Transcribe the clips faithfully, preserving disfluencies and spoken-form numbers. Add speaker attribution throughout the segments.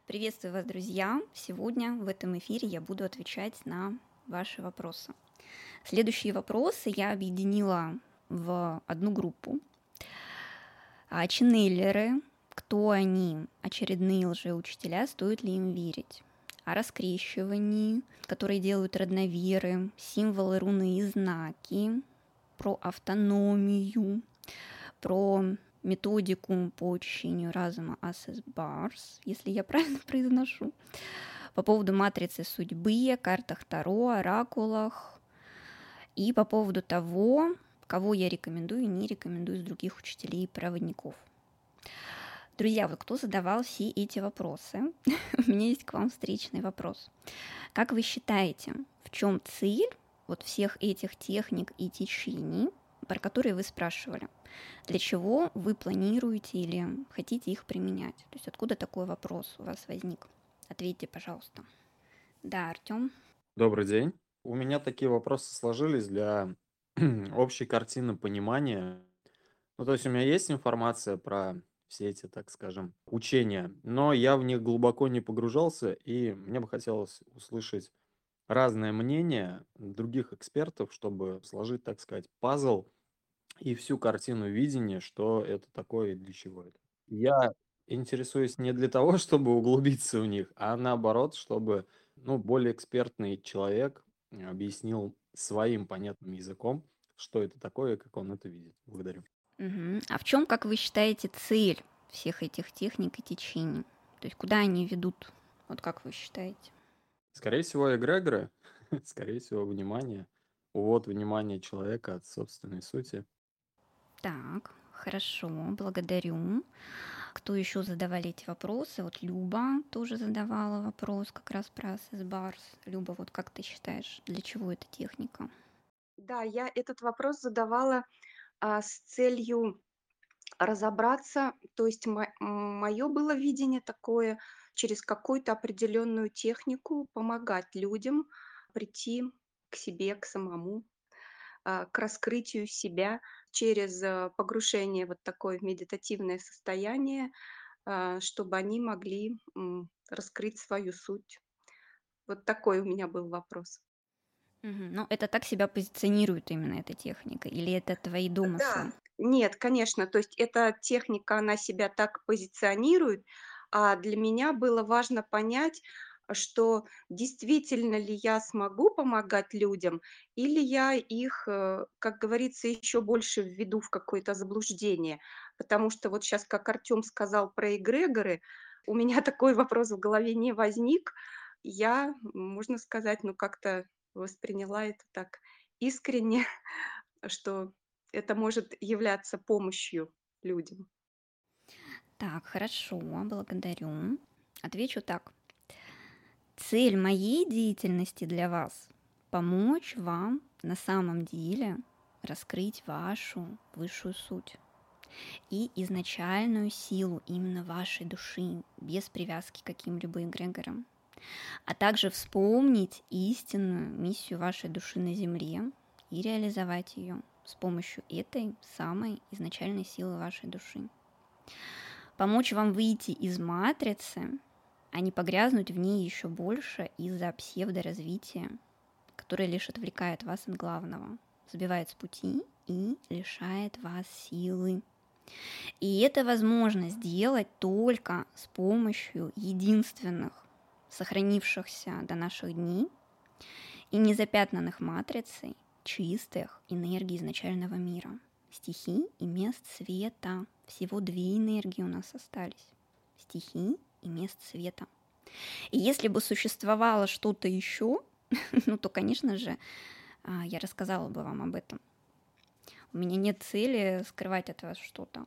Speaker 1: Приветствую вас, друзья! Сегодня в этом эфире я буду отвечать на ваши вопросы. Следующие вопросы я объединила в одну группу. А ченнелеры, кто они, очередные лжеучителя, стоит ли им верить? О раскрещивании, которые делают родноверы, символы, руны и знаки, про автономию, про методику по очищению разума Access Bars, если я правильно произношу, по поводу матрицы судьбы, картах Таро, оракулах и по поводу того, кого я рекомендую и не рекомендую из других учителей и проводников. Друзья, вот кто задавал все эти вопросы, у меня есть к вам встречный вопрос. Как вы считаете, в чем цель вот всех этих техник и течений, про которые вы спрашивали? Для чего вы планируете или хотите их применять? То есть откуда такой вопрос у вас возник? Ответьте, пожалуйста. Да, Артём.
Speaker 2: Добрый день. У меня такие вопросы сложились для общей картины понимания. Ну, то есть у меня есть информация про все эти, так скажем, учения, но я в них глубоко не погружался, и мне бы хотелось услышать разное мнение других экспертов, чтобы сложить, так сказать, пазл и всю картину видения, что это такое и для чего это. Я интересуюсь не для того, чтобы углубиться в них, а наоборот, чтобы, ну, более экспертный человек э, объяснил своим понятным языком, что это такое и как он это видит. Благодарю.
Speaker 1: Мгм. А в чем, как вы считаете, цель всех этих техник и течений? То есть куда они ведут? Вот как вы считаете?
Speaker 2: Скорее всего, эгрегоры, скорее всего, внимание, увод внимания человека от собственной сути.
Speaker 1: Так, хорошо, благодарю. Кто еще задавали эти вопросы? Вот Люба тоже задавала вопрос как раз про Access Bars. Люба, вот как ты считаешь, для чего эта техника?
Speaker 3: Да, я этот вопрос задавала, а, с целью разобраться. То есть мое было видение такое: через какую-то определенную технику помогать людям прийти к себе, к самому, а, к раскрытию себя через, э, погружение вот такое в медитативное состояние, а, чтобы они могли, м, раскрыть свою суть. Вот такой у меня был вопрос.
Speaker 1: Мгм. Ну, это так себя позиционирует именно эта техника, или это твои домыслы?
Speaker 3: Да, нет, конечно, то есть эта техника, она себя так позиционирует, а для меня было важно понять, что действительно ли я смогу помогать людям, или я их, э, как говорится, еще больше введу в какое-то заблуждение. Потому что вот сейчас, как Артем сказал про эгрегоры, у меня такой вопрос в голове не возник. Я, можно сказать, ну как-то восприняла это так искренне, что это может являться помощью людям.
Speaker 1: Так, хорошо, благодарю. Отвечу так. Цель моей деятельности для вас — помочь вам на самом деле раскрыть вашу высшую суть и изначальную силу именно вашей души, без привязки к каким-либо эгрегорам, а также вспомнить истинную миссию вашей души на Земле и реализовать ее с помощью этой самой изначальной силы вашей души. Помочь вам выйти из матрицы, а не погрязнуть в ней еще больше из-за псевдоразвития, которое лишь отвлекает вас от главного, сбивает с пути и лишает вас силы. И это возможно сделать только с помощью единственных, сохранившихся до наших дней и незапятнанных матрицей чистых энергий изначального мира, стихий и мест света. Всего две энергии у нас остались. Стихий и мест света. И если бы существовало что-то еще, ну то, конечно же, я рассказала бы вам об этом. У меня нет цели скрывать от вас что-то.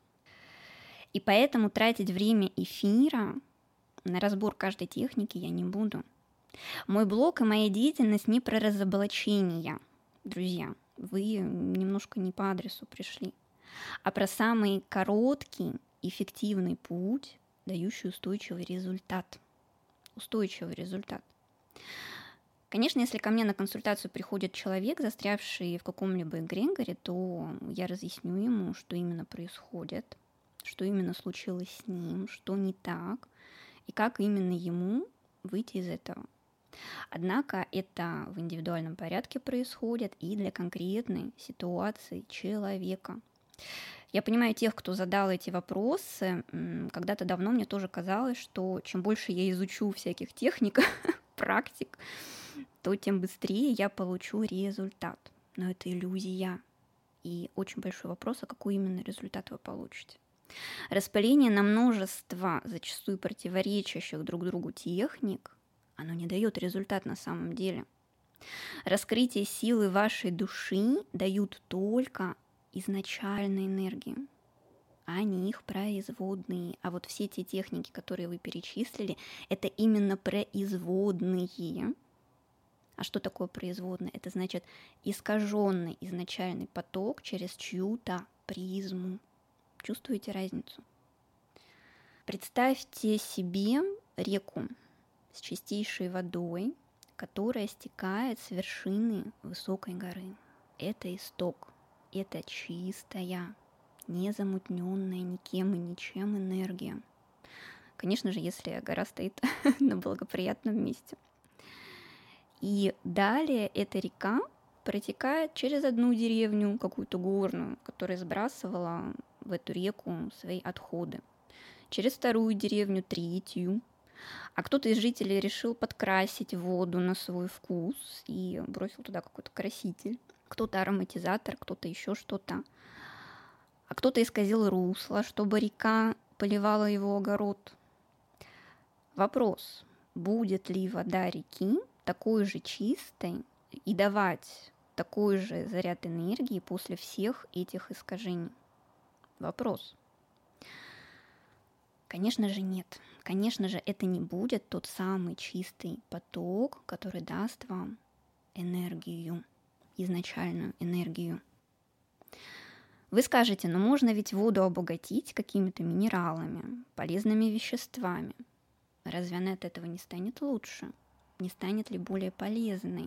Speaker 1: И поэтому тратить время эфира на разбор каждой техники я не буду. Мой блог и моя деятельность не про разоблачение, друзья. Вы немножко не по адресу пришли, а про самый короткий, эффективный путь, дающий устойчивый результат. Устойчивый результат. Конечно, если ко мне на консультацию приходит человек, застрявший в каком-либо эгрегоре, то я разъясню ему, что именно происходит, что именно случилось с ним, что не так, и как именно ему выйти из этого. Однако это в индивидуальном порядке происходит и для конкретной ситуации человека. Я понимаю тех, кто задал эти вопросы. Когда-то давно мне тоже казалось, что чем больше я изучу всяких техник, практик, то тем быстрее я получу результат. Но это иллюзия. И очень большой вопрос, а какой именно результат вы получите. Распыление на множество, зачастую противоречащих друг другу техник, оно не дает результат на самом деле. Раскрытие силы вашей души дают только изначальной энергии, а не их производные. А вот все те техники, которые вы перечислили, это именно производные. А что такое производные? Это значит искаженный изначальный поток через чью-то призму. Чувствуете разницу? Представьте себе реку с чистейшей водой, которая стекает с вершины высокой горы. Это исток, это чистая, незамутненная никем и ничем энергия. Конечно же, если гора стоит на благоприятном месте. И далее эта река протекает через одну деревню, какую-то горную, которая сбрасывала в эту реку свои отходы. Через вторую деревню, третью. А кто-то из жителей решил подкрасить воду на свой вкус и бросил туда какой-то краситель. Кто-то ароматизатор, кто-то еще что-то. А кто-то исказил русло, чтобы река поливала его огород. Вопрос, будет ли вода реки такой же чистой и давать такой же заряд энергии после всех этих искажений? Вопрос. Конечно же, нет. Конечно же, это не будет тот самый чистый поток, который даст вам энергию, изначальную энергию. Вы скажете, ну можно ведь воду обогатить какими-то минералами, полезными веществами. Разве она от этого не станет лучше? Не станет ли более полезной?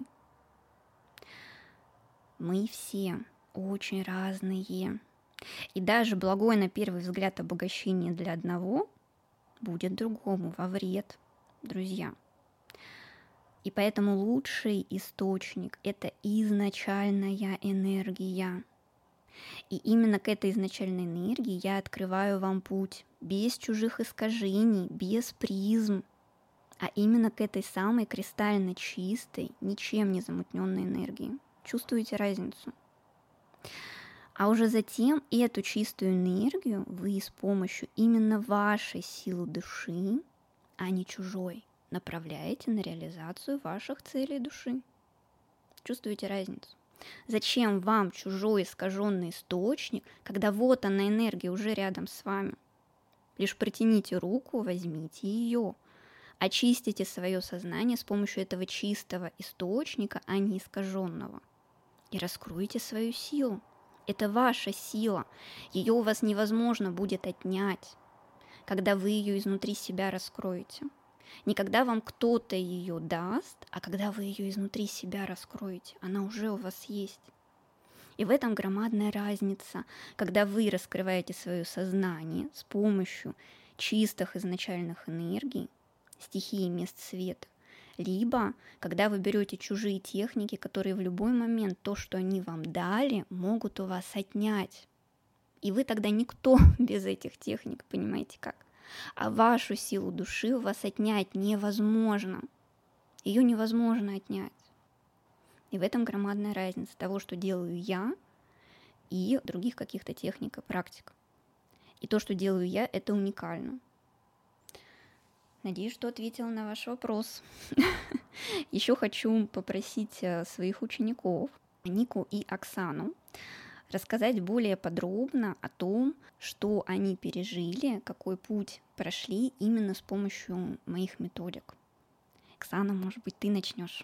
Speaker 1: Мы все очень разные. И даже благое на первый взгляд обогащение для одного будет другому во вред, друзья. И поэтому лучший источник – это изначальная энергия. И именно к этой изначальной энергии я открываю вам путь без чужих искажений, без призм, а именно к этой самой кристально чистой, ничем не замутненной энергии. Чувствуете разницу? А уже затем эту чистую энергию вы с помощью именно вашей силы души, а не чужой, направляете на реализацию ваших целей души. Чувствуете разницу? Зачем вам чужой искаженный источник, когда вот она энергия уже рядом с вами? Лишь протяните руку, возьмите ее. Очистите свое сознание с помощью этого чистого источника, а не искаженного. И раскройте свою силу. Это ваша сила. Ее у вас невозможно будет отнять, когда вы ее изнутри себя раскроете. Не когда вам кто-то ее даст, а когда вы ее изнутри себя раскроете. Она уже у вас есть. И в этом громадная разница, когда вы раскрываете свое сознание с помощью чистых изначальных энергий, стихии мест света, либо когда вы берете чужие техники, которые в любой момент то, что они вам дали, могут у вас отнять. И вы тогда никто без этих техник, понимаете как? А вашу силу души у вас отнять невозможно. Ее невозможно отнять. И в этом громадная разница того, что делаю я, и других каких-то техник и практик. И то, что делаю я, это уникально. Надеюсь, что ответила на ваш вопрос. Еще хочу попросить своих учеников, Нику и Оксану, рассказать более подробно о том, что они пережили, какой путь прошли именно с помощью моих методик. Оксана, может быть, ты начнешь?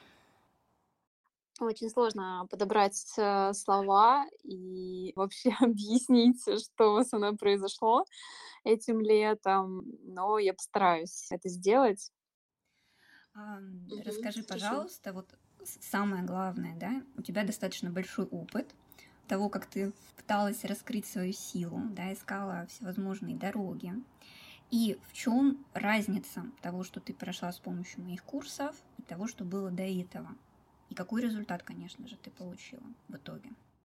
Speaker 4: Очень сложно подобрать э, слова и вообще объяснить, что со мной произошло этим летом, но я постараюсь это сделать.
Speaker 1: А,
Speaker 4: Мгм,
Speaker 1: расскажи,
Speaker 4: хорошо.
Speaker 1: пожалуйста, вот с- самое главное, да, у тебя достаточно большой опыт того, как ты пыталась раскрыть свою силу, да, искала всевозможные дороги. И в чем разница того, что ты прошла с помощью моих курсов, и того, что было до этого? И какой результат, конечно же, ты получила в итоге?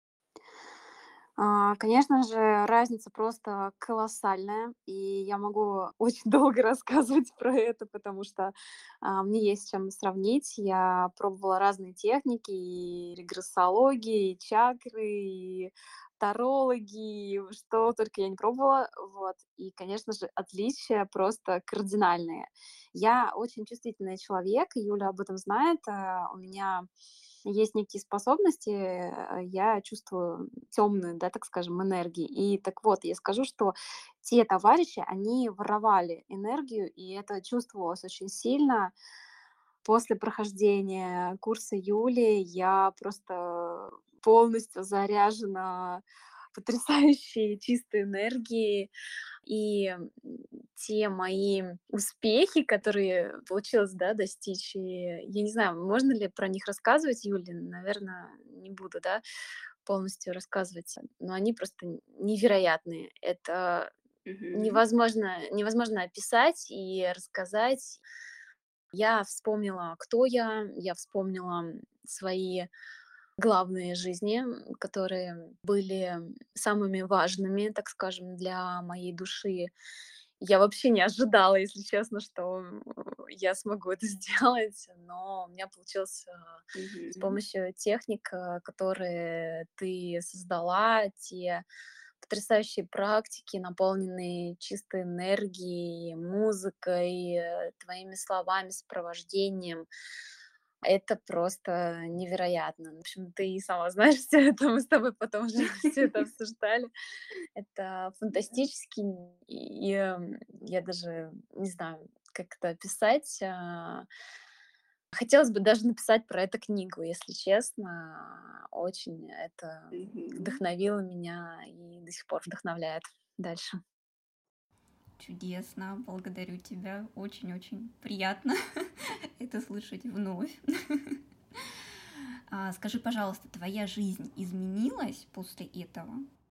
Speaker 4: А, Конечно же, разница просто колоссальная, и я могу очень долго рассказывать про это, потому что а, мне есть с чем сравнить. Я пробовала разные техники, и регрессологии, и чакры, и тарологи, и что только я не пробовала. Вот. И, конечно же, отличия просто кардинальные. Я очень чувствительный человек, и Юля об этом знает. а, У меня есть некие способности, э, я чувствую темные, да, так скажем, энергии. И так вот, я скажу, что те товарищи, они воровали энергию, и это чувствовалось очень сильно. После прохождения курса Юли я просто полностью заряжена потрясающей чистой энергией. И, м, те мои успехи, которые получилось, да, достичь, и я не знаю, можно ли про них рассказывать, Юля? Наверно, не буду, да, полностью рассказывать, но они просто н невероятные. Это
Speaker 3: Мгм.
Speaker 4: невозможно невозможно описать и рассказать. Я вспомнила, кто я, я вспомнила свои главные жизни, м, которые были самыми важными, так скажем, для моей души. Я вообще не ожидала, если честно, что м, я смогу это сделать, но у меня получилось а, с
Speaker 3: Мгм.
Speaker 4: помощью техник, а, которые ты создала, те потрясающие практики, наполненные чистой энергией, музыкой, э, твоими словами, сопровождением. Это просто невероятно. В общем, ты и сама знаешь все это, мы с тобой потом уже все это обсуждали. Это
Speaker 3: Да.
Speaker 4: фантастически, и, м, я даже не знаю, как это описать. А, хотелось бы даже написать про это книгу, если честно. Очень это
Speaker 3: Мгм.
Speaker 4: вдохновило меня и до сих пор вдохновляет дальше.
Speaker 1: Чудесно, благодарю тебя. Очень-очень приятно это слышать вновь. А, скажи, пожалуйста, твоя жизнь изменилась после этого?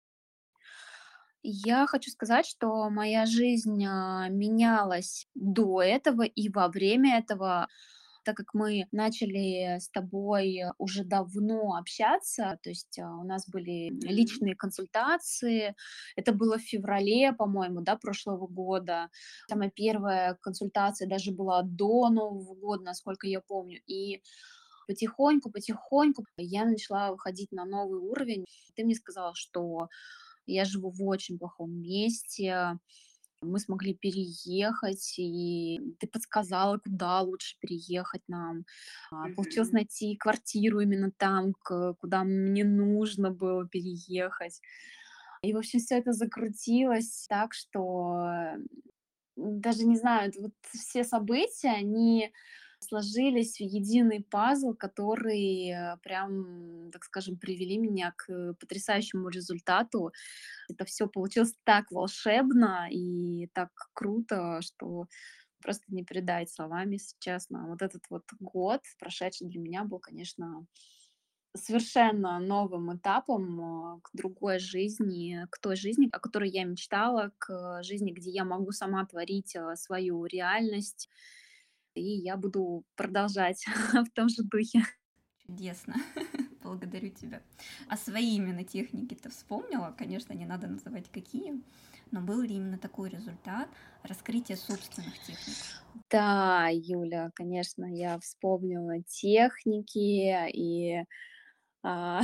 Speaker 4: Я хочу сказать, что моя жизнь, а, менялась до этого и во время этого, так как мы начали с тобой уже давно общаться. То есть, а, у нас были
Speaker 3: Мгм.
Speaker 4: личные консультации. Это было в феврале, по-моему, да, прошлого года. Самая первая консультация даже была до Нового года, насколько я помню. И потихоньку, потихоньку я начала выходить на новый уровень. Ты мне сказала, что я живу в очень плохом месте. Мы смогли переехать, и ты подсказала, куда лучше переехать нам. А, Получилось
Speaker 3: Мгм.
Speaker 4: найти квартиру именно там, к- куда мне нужно было переехать. И, в общем, все это закрутилось так, что даже не знаю, это вот все события, они сложились в единый пазл, который, э, прям, так скажем, привели меня к потрясающему результату. Это все получилось так волшебно и так круто, что просто не передать словами, если честно. Вот этот вот год, прошедший для меня, был, конечно, совершенно новым этапом, а, к другой жизни, к той жизни, о которой я мечтала, к жизни, где я могу сама творить, а, свою реальность. И я буду продолжать в том же духе.
Speaker 1: Чудесно, благодарю тебя. А свои именно техники ты вспомнила? Конечно, не надо называть какие, но был ли именно такой результат раскрытия собственных техник?
Speaker 4: Да, Юля, конечно, я вспомнила техники и, а,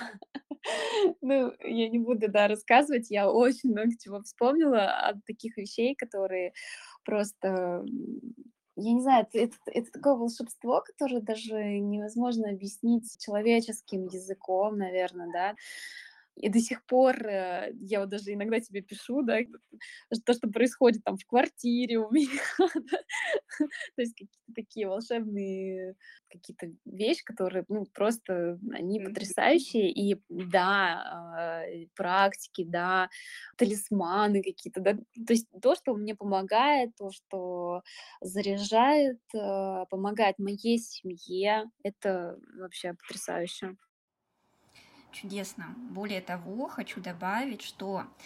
Speaker 4: ну, я не буду, да, рассказывать. Я очень много чего вспомнила от таких вещей, которые просто, м, я не знаю, это, это, это такое волшебство, которое даже невозможно объяснить человеческим языком, наверное, да. И до сих пор, э, я вот даже иногда тебе пишу, да, то, что происходит там в квартире у меня, да. То есть какие-то такие волшебные какие-то вещи, которые, ну, просто они
Speaker 3: Мгм.
Speaker 4: потрясающие. И да, а, и практики, да, талисманы какие-то, да. То есть то, что мне помогает, то, что заряжает, э, помогает моей семье, это вообще потрясающе.
Speaker 1: Чудесно. Более того, хочу добавить, что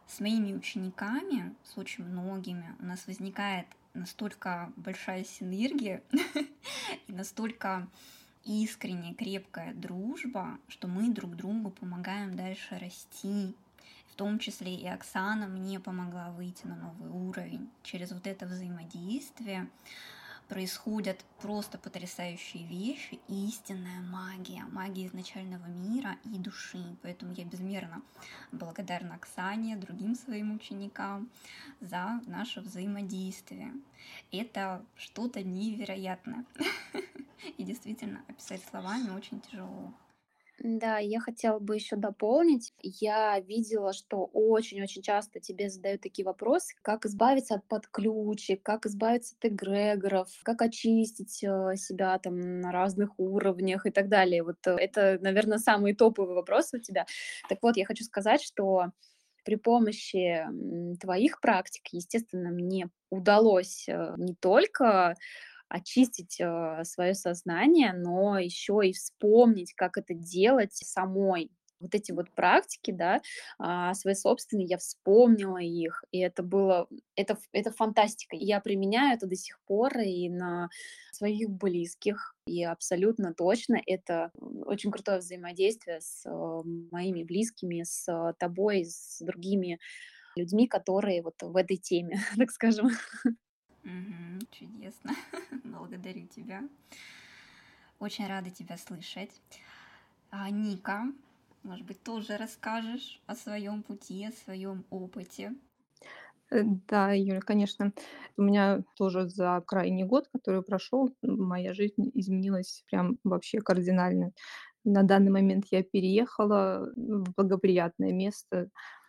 Speaker 1: С моими учениками, с очень многими, у нас возникает настолько большая синергия и настолько искренняя, крепкая дружба, что мы друг другу помогаем дальше расти. В том числе и Оксана мне помогла выйти на новый уровень. Через вот это взаимодействие происходят просто потрясающие вещи, истинная магия, магия изначального мира и души. Поэтому я безмерно благодарна Оксане, другим своим ученикам за наше взаимодействие. Это что-то невероятное. И действительно, описать словами очень тяжело.
Speaker 4: Да, я хотела бы еще дополнить. Я видела, что очень-очень часто тебе задают такие вопросы, как избавиться от подключек, как избавиться от эгрегоров, как очистить э, себя там на разных уровнях и так далее. Вот э, это, наверное, самые топовые вопросы у тебя. Так вот, я хочу сказать, что при помощи м, твоих практик, естественно, мне удалось э, не только очистить свое сознание, но еще и вспомнить, как это делать самой. Вот эти вот практики, да, а, свои собственные, я вспомнила их, и это было, это, ф- это фантастика. И я применяю это до сих пор и на своих близких, и абсолютно точно это очень крутое взаимодействие с э, моими близкими, с э, тобой, с другими людьми, которые вот в этой теме, так скажем.
Speaker 1: Мгм, чудесно. Благодарю тебя. Очень рада тебя слышать. А, Ника, может быть, тоже расскажешь о своем пути, о своем опыте.
Speaker 5: Э, Да, Юля, конечно. У меня тоже за крайний год, который прошел, моя жизнь изменилась прям вообще кардинально. На данный момент я переехала в благоприятное место.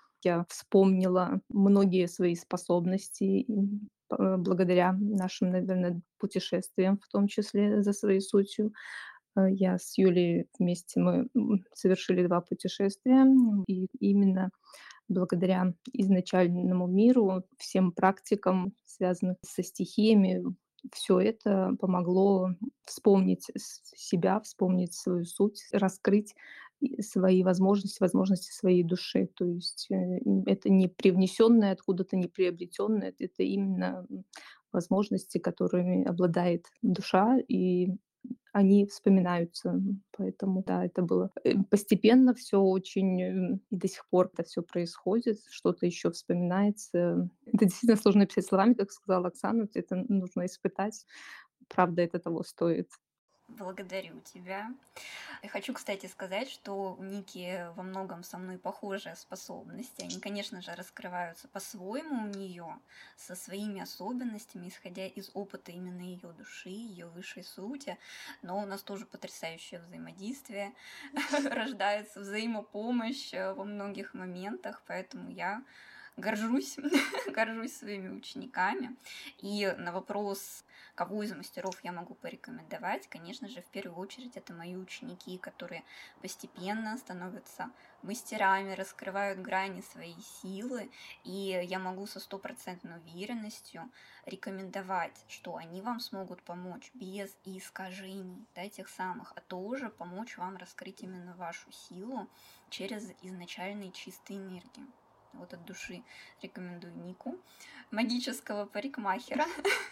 Speaker 5: Я вспомнила многие свои способности м, п- э, благодаря нашим, наверное, путешествиям, в том числе за своей сутью. Э, Я с Юлей вместе мы м, совершили два путешествия, м, и именно благодаря изначальному миру, всем практикам, связанных со стихиями, все это помогло вспомнить с себя, вспомнить свою суть, раскрыть и свои возможности, возможности своей души. То есть, э, м, это не привнесённое откуда-то, не приобретённое, это именно, м, возможности, которыми обладает душа, и они вспоминаются. Поэтому да, это было, э, постепенно все очень, м, и до сих пор это все происходит, что-то еще вспоминается. Это действительно сложно описать словами, как сказала Оксана, это нужно испытать. Правда, это того стоит.
Speaker 1: Благодарю тебя. Я хочу, кстати, сказать, что у Ники во многом со мной похожие способности. Они, конечно же, раскрываются по-своему у нее, со своими особенностями, исходя из опыта именно ее души, ее высшей сути. Но у нас тоже потрясающее взаимодействие, рождается взаимопомощь э, во многих моментах, поэтому я горжусь, горжусь своими учениками. И на вопрос, кого из мастеров я могу порекомендовать, конечно же, в первую очередь это мои ученики, которые постепенно становятся мастерами, раскрывают грани своей силы, и я могу со стопроцентной уверенностью рекомендовать, что они вам смогут помочь без искажений, да, тех самых, а тоже помочь вам раскрыть именно вашу силу через изначальные чистые энергии. Вот от души рекомендую Нику, магического парикмахера.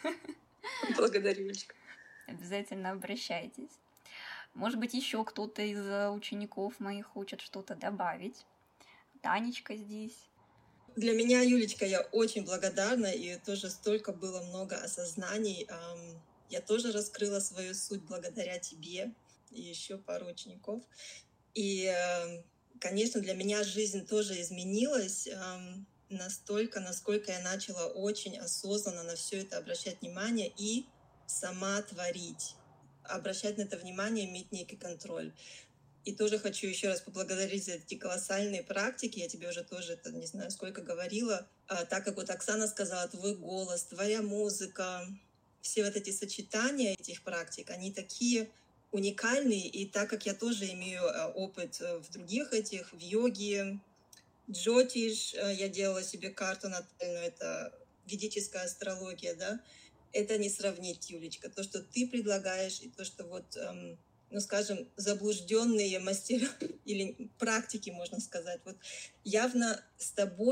Speaker 3: Благодарю, Юлечка.
Speaker 1: Обязательно обращайтесь. Может быть, еще кто-то из э, учеников моих хочет что-то добавить. Танечка здесь.
Speaker 6: Для меня, Юлечка, я очень благодарна, и тоже столько было много осознаний. Ам, Я тоже раскрыла свою суть благодаря тебе и еще пару учеников. И, эм, конечно, для меня жизнь тоже изменилась ам, настолько, насколько я начала очень осознанно на все это обращать внимание и сама творить. Обращать на это внимание, иметь некий контроль. И тоже хочу еще раз поблагодарить за эти колоссальные практики. Я тебе уже тоже, это не знаю, сколько говорила. А, так как вот Оксана сказала, твой голос, твоя музыка, все вот эти сочетания этих практик, они такие уникальные. И так как я тоже имею а, опыт э, в других этих, в йоге, джотиш, э, я делала себе карту натальную, это ведическая астрология, да, это не сравнить, Юлечка. То, что ты предлагаешь, и то, что вот, эм, ну, скажем, заблужденные мастера или практики, можно сказать, вот явно с тобой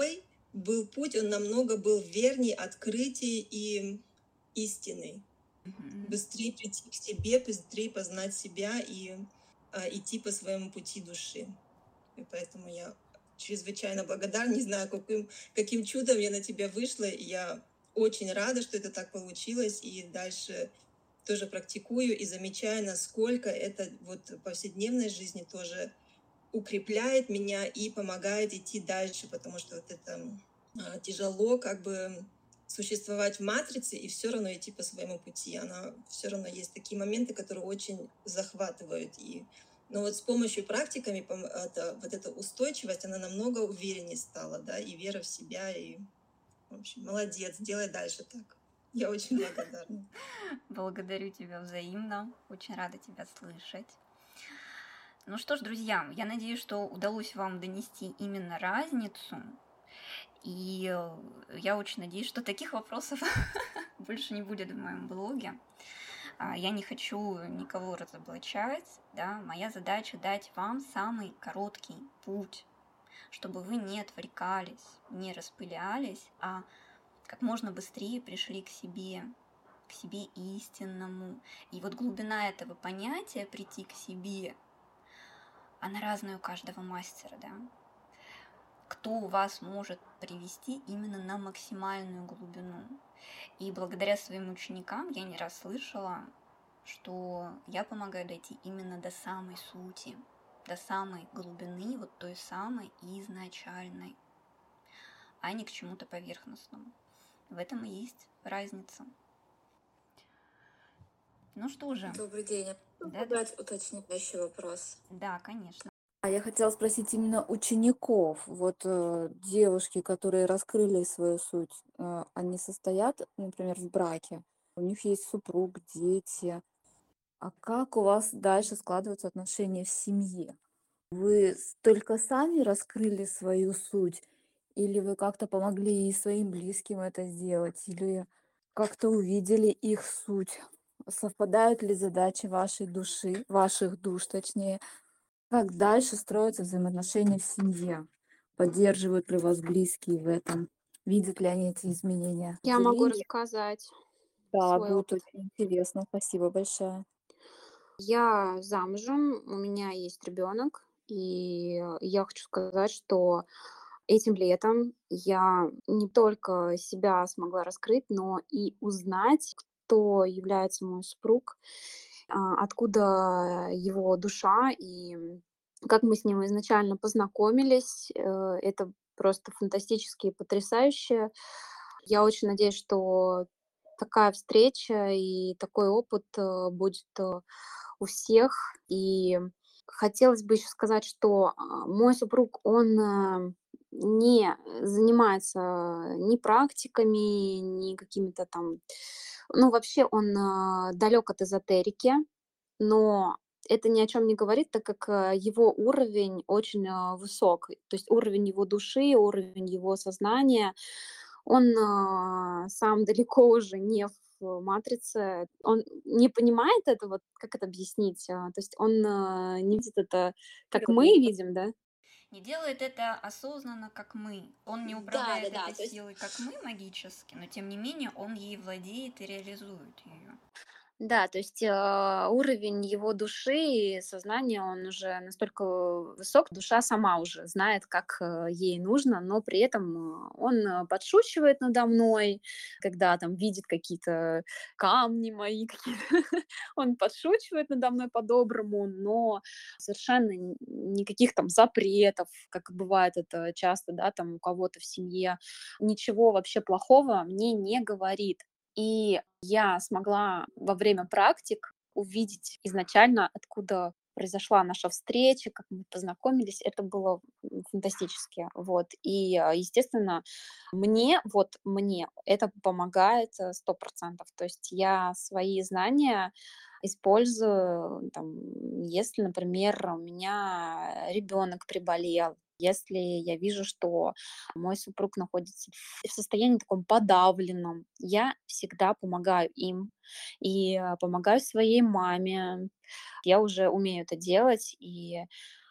Speaker 6: был путь, он намного был вернее, открытий и истинный.
Speaker 1: Мгм.
Speaker 6: Быстрее прийти к себе, быстрее познать себя и а, идти по своему пути души. И поэтому я чрезвычайно благодарна. Не знаю, каким, каким чудом я на тебя вышла. И я очень рада, что это так получилось. И дальше тоже практикую и замечаю, насколько это вот в повседневной жизни тоже укрепляет меня и помогает идти дальше, потому что вот это а, тяжело как бы существовать в матрице и все равно идти по своему пути. Она все равно есть такие моменты, которые очень захватывают. И но вот с помощью практиками пом- это, вот эта устойчивость, она намного увереннее стала, да, и вера в себя, и, в общем, молодец, делай дальше так. Я очень благодарна.
Speaker 1: Благодарю тебя взаимно. Очень рада тебя слышать. Ну что ж, друзья, я надеюсь, что удалось вам донести именно разницу. И э, я очень надеюсь, что таких вопросов больше не будет в моем блоге. А, Я не хочу никого разоблачать, да. Моя задача дать вам самый короткий путь, чтобы вы не отвлекались, не распылялись, а как можно быстрее пришли к себе, к себе истинному. И вот глубина этого понятия «прийти к себе», она разная у каждого мастера, да. Кто вас может привести именно на максимальную глубину. И благодаря своим ученикам я не раз слышала, что я помогаю дойти именно до самой сути, до самой глубины, вот той самой изначальной, а не к чему-то поверхностному. В этом и есть разница. Ну что же,
Speaker 7: Добрый день. Я могу
Speaker 1: да, да,
Speaker 7: задать уточняющий вопрос?
Speaker 1: да, конечно.
Speaker 8: А я хотела спросить именно учеников. Вот э, девушки, которые раскрыли свою суть, э, они состоят, например, в браке. У них есть супруг, дети. А как у вас дальше складываются отношения в семье? Вы с- только сами раскрыли свою суть, или вы как-то помогли и своим близким это сделать, или как-то увидели их суть? Совпадают ли задачи вашей души, ваших душ, точнее? Как дальше строятся взаимоотношения в семье? Поддерживают ли вас близкие в этом? Видят ли они эти изменения?
Speaker 4: Я могу
Speaker 8: Делились?
Speaker 4: рассказать
Speaker 8: Да,
Speaker 4: свой
Speaker 8: будет
Speaker 4: опыт.
Speaker 8: очень интересно. Спасибо большое.
Speaker 4: Я замужем, у меня есть ребенок, и я хочу сказать, что этим летом я не только себя смогла раскрыть, но и узнать, кто является мой супруг, а, откуда его душа и как мы с ним изначально познакомились. Э, Это просто фантастически и потрясающе. Я очень надеюсь, что такая встреча и такой опыт э, будет э, у всех. И хотелось бы еще сказать, что а, мой супруг, он э, не занимается ни практиками, ни какими-то там... Ну, вообще он далек от эзотерики, но это ни о чем не говорит, так как э, его уровень очень э, высок. То есть уровень его души, уровень его сознания, он а, сам далеко уже не в матрице. Он не понимает этого, как это объяснить? а, То есть он а, не видит это, как мы видим, да?
Speaker 1: Не делает это осознанно, как мы. Он не
Speaker 4: Да, да,
Speaker 1: управляет
Speaker 4: да.
Speaker 1: этой
Speaker 4: То есть
Speaker 1: силой, как мы, магически, но тем не менее он ей владеет и реализует ее.
Speaker 4: Да, то есть а, уровень его души и сознания, он уже настолько высок, душа сама уже знает, как э, ей нужно, но при этом э, он э, подшучивает надо мной, когда там видит какие-то камни мои, какие-то, он подшучивает надо мной по-доброму, но совершенно н- никаких там запретов, как бывает это часто, да, там у кого-то в семье, ничего вообще плохого мне не говорит. И я смогла во время практик увидеть изначально, откуда произошла наша встреча, как мы познакомились. Это было м, фантастически. Вот. И, а, естественно, мне, вот мне это помогает э, сто процентов. То есть я свои знания использую, там, если, например, у меня ребенок приболел, если я вижу, что мой супруг находится в в состоянии таком подавленном, я всегда помогаю им и э, помогаю своей маме. Я уже умею это делать, и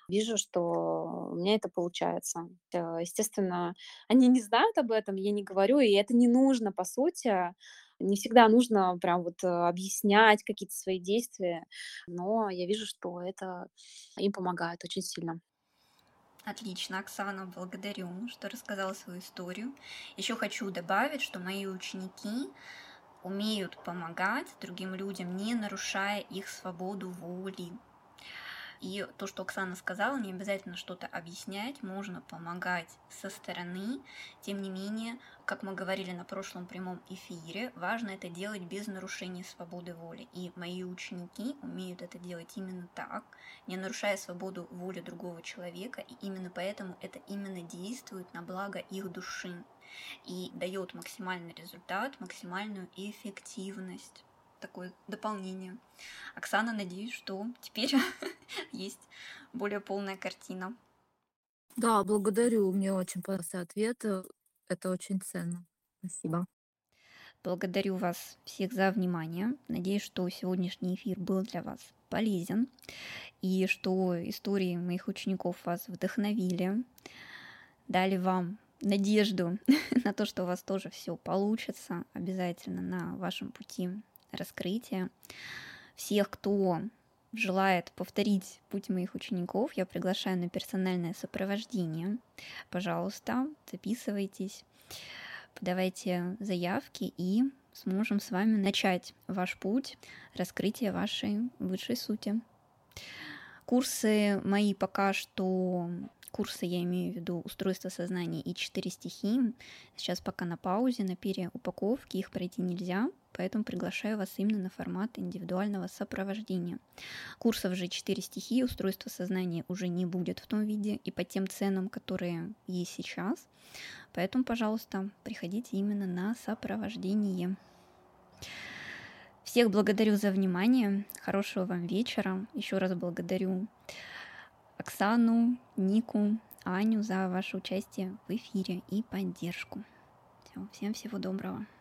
Speaker 4: вижу, что у меня это получается. Э, Естественно, они не знают об этом, я не говорю, и это не нужно, по сути. Не всегда нужно прям вот э, объяснять какие-то свои действия, но я вижу, что это им помогает очень сильно.
Speaker 1: Отлично, Оксана, благодарю, что рассказала свою историю. Еще хочу добавить, что мои ученики умеют помогать другим людям, не нарушая их свободу воли. И то, что Оксана сказала, не обязательно что-то объяснять, можно помогать со стороны. Тем не менее, как мы говорили на прошлом прямом эфире, важно это делать без нарушения свободы воли. И мои ученики умеют это делать именно так, не нарушая свободу воли другого человека, и именно поэтому это именно действует на благо их души и дает максимальный результат, максимальную эффективность. Такое дополнение. Оксана, надеюсь, что теперь есть более полная картина.
Speaker 8: Да, благодарю. Мне очень понравился ответ. э, Это очень ценно. Спасибо.
Speaker 1: Благодарю вас всех за внимание. Надеюсь, что сегодняшний эфир был для вас полезен и что истории моих учеников вас вдохновили, дали вам надежду на то, что у вас тоже все получится обязательно на вашем пути раскрытия. Всех, кто желает повторить путь моих учеников, я приглашаю на персональное сопровождение. Пожалуйста, записывайтесь, подавайте заявки и сможем с вами начать ваш путь раскрытия вашей высшей сути. Курсы мои пока что, курсы я имею в виду устройство сознания и четыре стихии, сейчас пока на паузе, на переупаковке, их пройти нельзя, поэтому приглашаю вас именно на формат индивидуального сопровождения. Курсов же четыре стихии, устройство сознания уже не будет в том виде и по тем ценам, которые есть сейчас, поэтому, пожалуйста, приходите именно на сопровождение. Всех благодарю за внимание, хорошего вам вечера. Еще раз благодарю Оксану, Нику, Аню за ваше участие в эфире и поддержку. Всё, всем всего доброго.